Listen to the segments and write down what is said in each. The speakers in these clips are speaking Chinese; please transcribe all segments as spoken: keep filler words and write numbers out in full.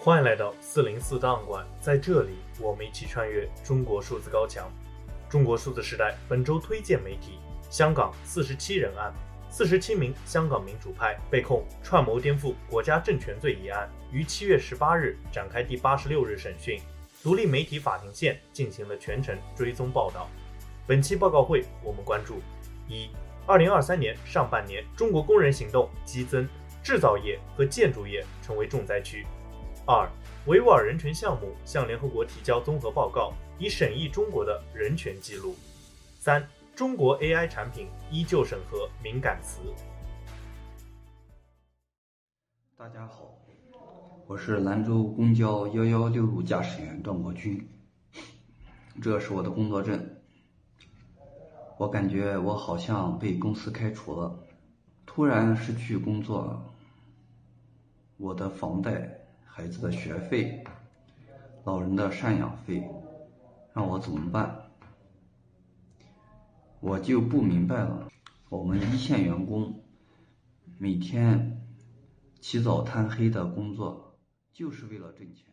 欢迎来到四零四档案馆，在这里，我们一起穿越中国数字高墙。中国数字时代本周推荐媒体：香港四十七人案，四十七名香港民主派被控串谋颠覆国家政权罪一案，于七月十八日展开第八十六日审讯。独立媒体法庭线进行了全程追踪报道。本期报告会我们关注：一、二零二三年上半年中国工人行动激增，制造业和建筑业成为重灾区。二、维吾尔人权项目向联合国提交综合报告，以审议中国的人权记录。三、中国 A I 产品依旧审核敏感词。 大家好，我是兰州公交一一六路驾驶员段国军，这是我的工作证。我感觉我好像被公司开除了，突然失去工作，我的房贷、孩子的学费、老人的赡养费，让我怎么办？我就不明白了，我们一线员工每天起早贪黑的工作，就是为了挣钱。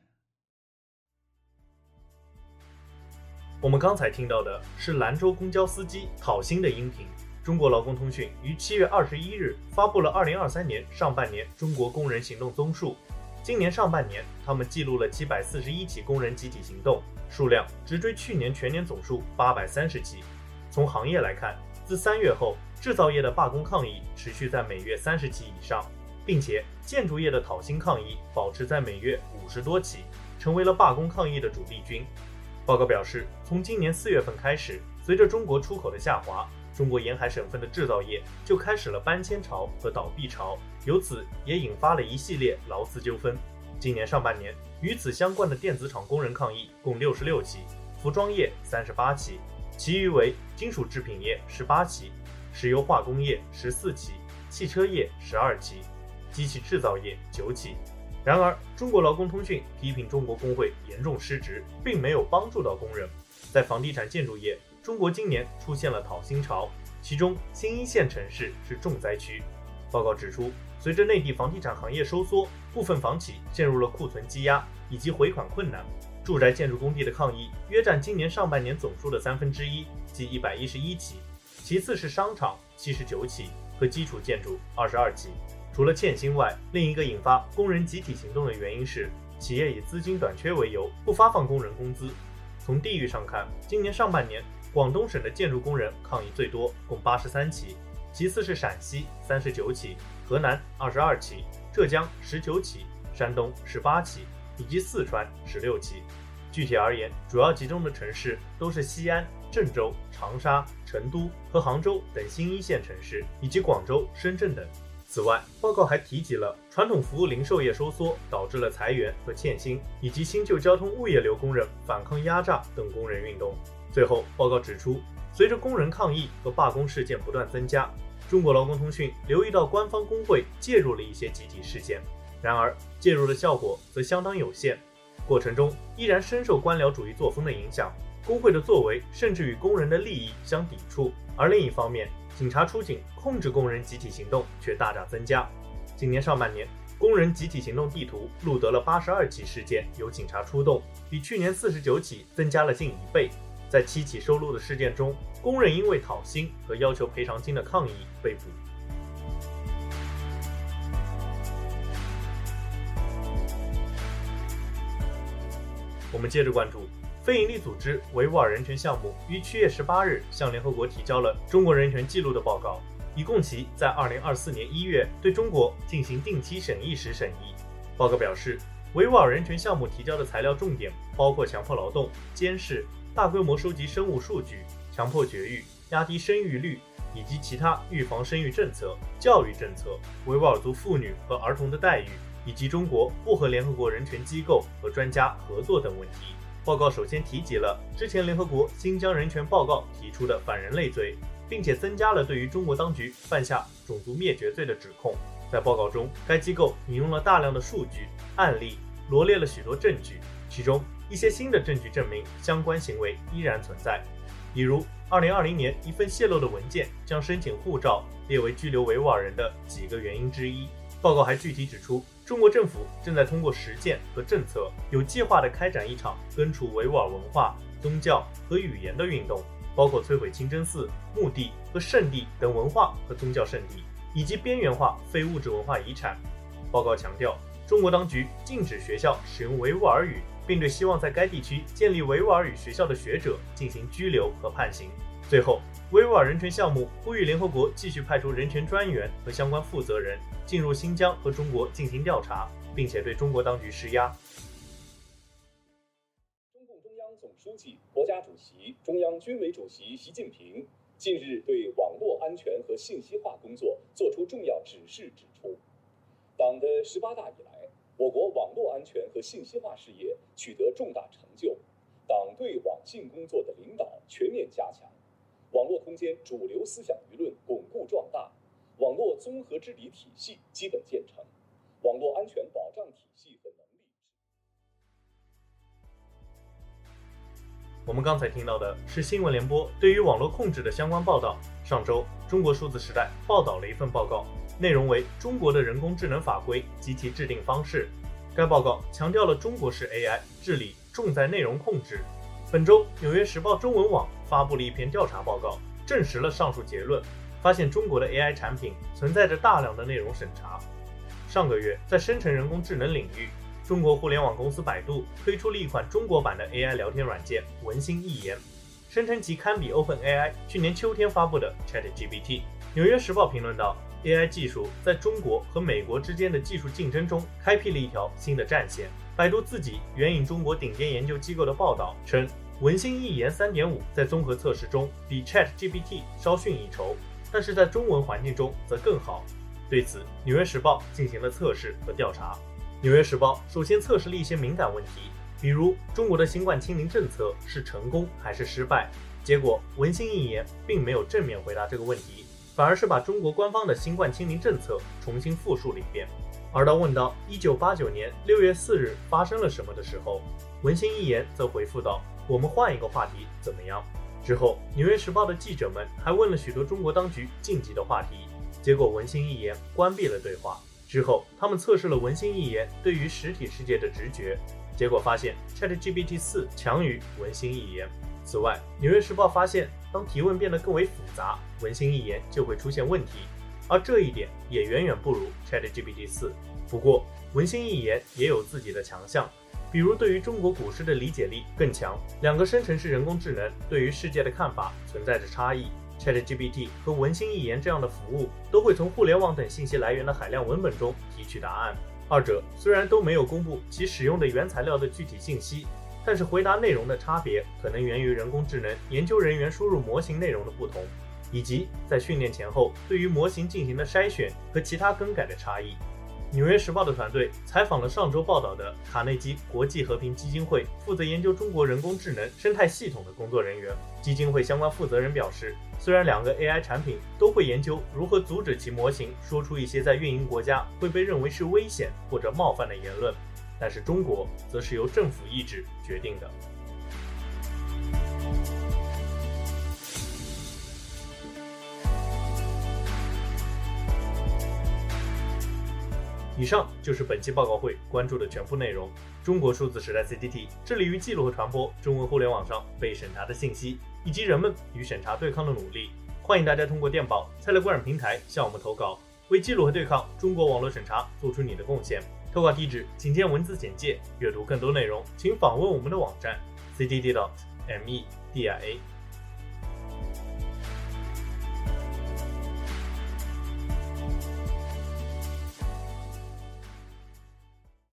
我们刚才听到的是兰州公交司机讨薪的音频。中国劳工通讯于七月二十一日发布了二零二三年上半年中国工人行动综述。今年上半年，他们记录了七百四十一起工人集体行动，数量直追去年全年总数八百三十起。从行业来看，自三月后，制造业的罢工抗议持续在每月三十起以上，并且建筑业的讨薪抗议保持在每月五十多起，成为了罢工抗议的主力军。报告表示，从今年四月份开始，随着中国出口的下滑，中国沿海省份的制造业就开始了搬迁潮和倒闭潮，由此也引发了一系列劳资纠纷。今年上半年，与此相关的电子厂工人抗议共六十六起，服装业三十八起，其余为金属制品业十八起，石油化工业十四起，汽车业十二起，机器制造业九起。然而，中国劳工通讯批评中国工会严重失职，并没有帮助到工人。在房地产建筑业，中国今年出现了讨薪潮，其中新一线城市是重灾区。报告指出，随着内地房地产行业收缩，部分房企陷入了库存积压以及回款困难。住宅建筑工地的抗议约占今年上半年总数的三分之一，即一百一十一起。其次是商场七十九起和基础建筑二十二起。除了欠薪外，另一个引发工人集体行动的原因是，企业以资金短缺为由不发放工人工资。从地域上看，今年上半年，广东省的建筑工人抗议最多，共八十三起，其次是陕西三十九起，河南二十二起，浙江十九起，山东十八起，以及四川十六起。具体而言，主要集中的城市都是西安、郑州、长沙、成都和杭州等新一线城市，以及广州、深圳等。此外，报告还提及了传统服务零售业收缩导致了裁员和欠薪，以及新旧交通物业流工人反抗压榨等工人运动。最后，报告指出，随着工人抗议和罢工事件不断增加，中国劳工通讯留意到官方工会介入了一些集体事件，然而介入的效果则相当有限，过程中依然深受官僚主义作风的影响，工会的作为甚至与工人的利益相抵触。而另一方面，警察出警控制工人集体行动却大大增加。今年上半年，工人集体行动地图录得了八十二起事件由警察出动，比去年四十九起增加了近一倍。在七起收录的事件中，工人因为讨薪和要求赔偿金的抗议被捕。我们接着关注，非营利组织维吾尔人权项目于七月十八日向联合国提交了中国人权记录的报告，以供其在二零二四年一月对中国进行定期审议时审议。报告表示，维吾尔人权项目提交的材料重点包括强迫劳动、监视、大规模收集生物数据、强迫绝育、压低生育率以及其他预防生育政策、教育政策、维吾尔族妇女和儿童的待遇，以及中国不和联合国人权机构和专家合作等问题。报告首先提及了之前联合国新疆人权报告提出的反人类罪，并且增加了对于中国当局犯下种族灭绝罪的指控。在报告中，该机构引用了大量的数据、案例，罗列了许多证据，其中一些新的证据证明相关行为依然存在。比如二零二零年一份泄露的文件将申请护照列为拘留维吾尔人的几个原因之一。报告还具体指出， 中国政府正在通过实践和政策，有计划地开展一场根除维吾尔文化、宗教和语言的运动，包括摧毁清真寺、墓地和圣地等文化和宗教圣地，以及边缘化非物质文化遗产。报告强调，中国当局禁止学校使用维吾尔语，并对希望在该地区建立维吾尔语学校的学者进行拘留和判刑。最后，维吾尔人权项目呼吁联合国继续派出人权专员和相关负责人进入新疆和中国进行调查，并且对中国当局施压。 中共中央总书记、国家主席、中央军委主席习近平近日对网络安全和信息化工作作出重要指示，指出，党的十八大以来，我国网络安全和信息化事业取得重大成就，党对网信工作的领导全面加强，网络空间主流思想舆论巩固壮大，网络综合治理体系基本建成，网络安全保障体系和能力。 我们刚才听到的是新闻联播对于网络控制的相关报道。上周，中国数字时代报道了一份报告，内容为中国的人工智能法规及其制定方式。该报告强调了中国式 A I 治理重在内容控制。本周，《纽约时报》中文网发布了一篇调查报告，证实了上述结论，发现中国的 A I 产品存在着大量的内容审查。上个月，在生成人工智能领域，中国互联网公司百度推出了一款中国版的 A I 聊天软件文心一言，声称其堪比 OpenAI 去年秋天发布的 ChatGPT。《纽约时报》评论道， A I 技术在中国和美国之间的技术竞争中开辟了一条新的战线。百度自己援引中国顶尖研究机构的报道称，文心一言 三点五 在综合测试中比 ChatGPT 稍逊一筹，但是在中文环境中则更好。对此，《纽约时报》进行了测试和调查。《纽约时报》首先测试了一些敏感问题，比如中国的新冠清零政策是成功还是失败。结果，文心一言并没有正面回答这个问题，反而是把中国官方的新冠清零政策重新复述了一遍。而当问到一九八九年六月四日发生了什么的时候，文心一言则回复道：“我们换一个话题怎么样？”之后，《纽约时报》的记者们还问了许多中国当局禁忌的话题，结果文心一言关闭了对话。之后，他们测试了文心一言对于实体世界的直觉，结果发现 ChatGPT 四强于文心一言。此外，《纽约时报》发现，当提问变得更为复杂，文心一言就会出现问题，而这一点也远远不如 ChatGPT 四。不过，文心一言也有自己的强项，比如对于中国股市的理解力更强。两个生成式人工智能对于世界的看法存在着差异。ChatGPT 和文心一言这样的服务都会从互联网等信息来源的海量文本中提取答案，二者虽然都没有公布其使用的原材料的具体信息，但是回答内容的差别可能源于人工智能研究人员输入模型内容的不同，以及在训练前后对于模型进行的筛选和其他更改的差异。《纽约时报》的团队采访了上周报道的卡内基国际和平基金会负责研究中国人工智能生态系统的工作人员。基金会相关负责人表示，虽然两个 A I 产品都会研究如何阻止其模型说出一些在运营国家会被认为是危险或者冒犯的言论，但是中国则是由政府意志决定的。以上就是本期报告会关注的全部内容。中国数字时代 C T T 致力于记录和传播中文互联网上被审查的信息，以及人们与审查对抗的努力。欢迎大家通过电报、Telegram 平台向我们投稿，为记录和对抗中国网络审查做出你的贡献。投稿地址请见文字简介。阅读更多内容，请访问我们的网站 c t t dot m e d i a。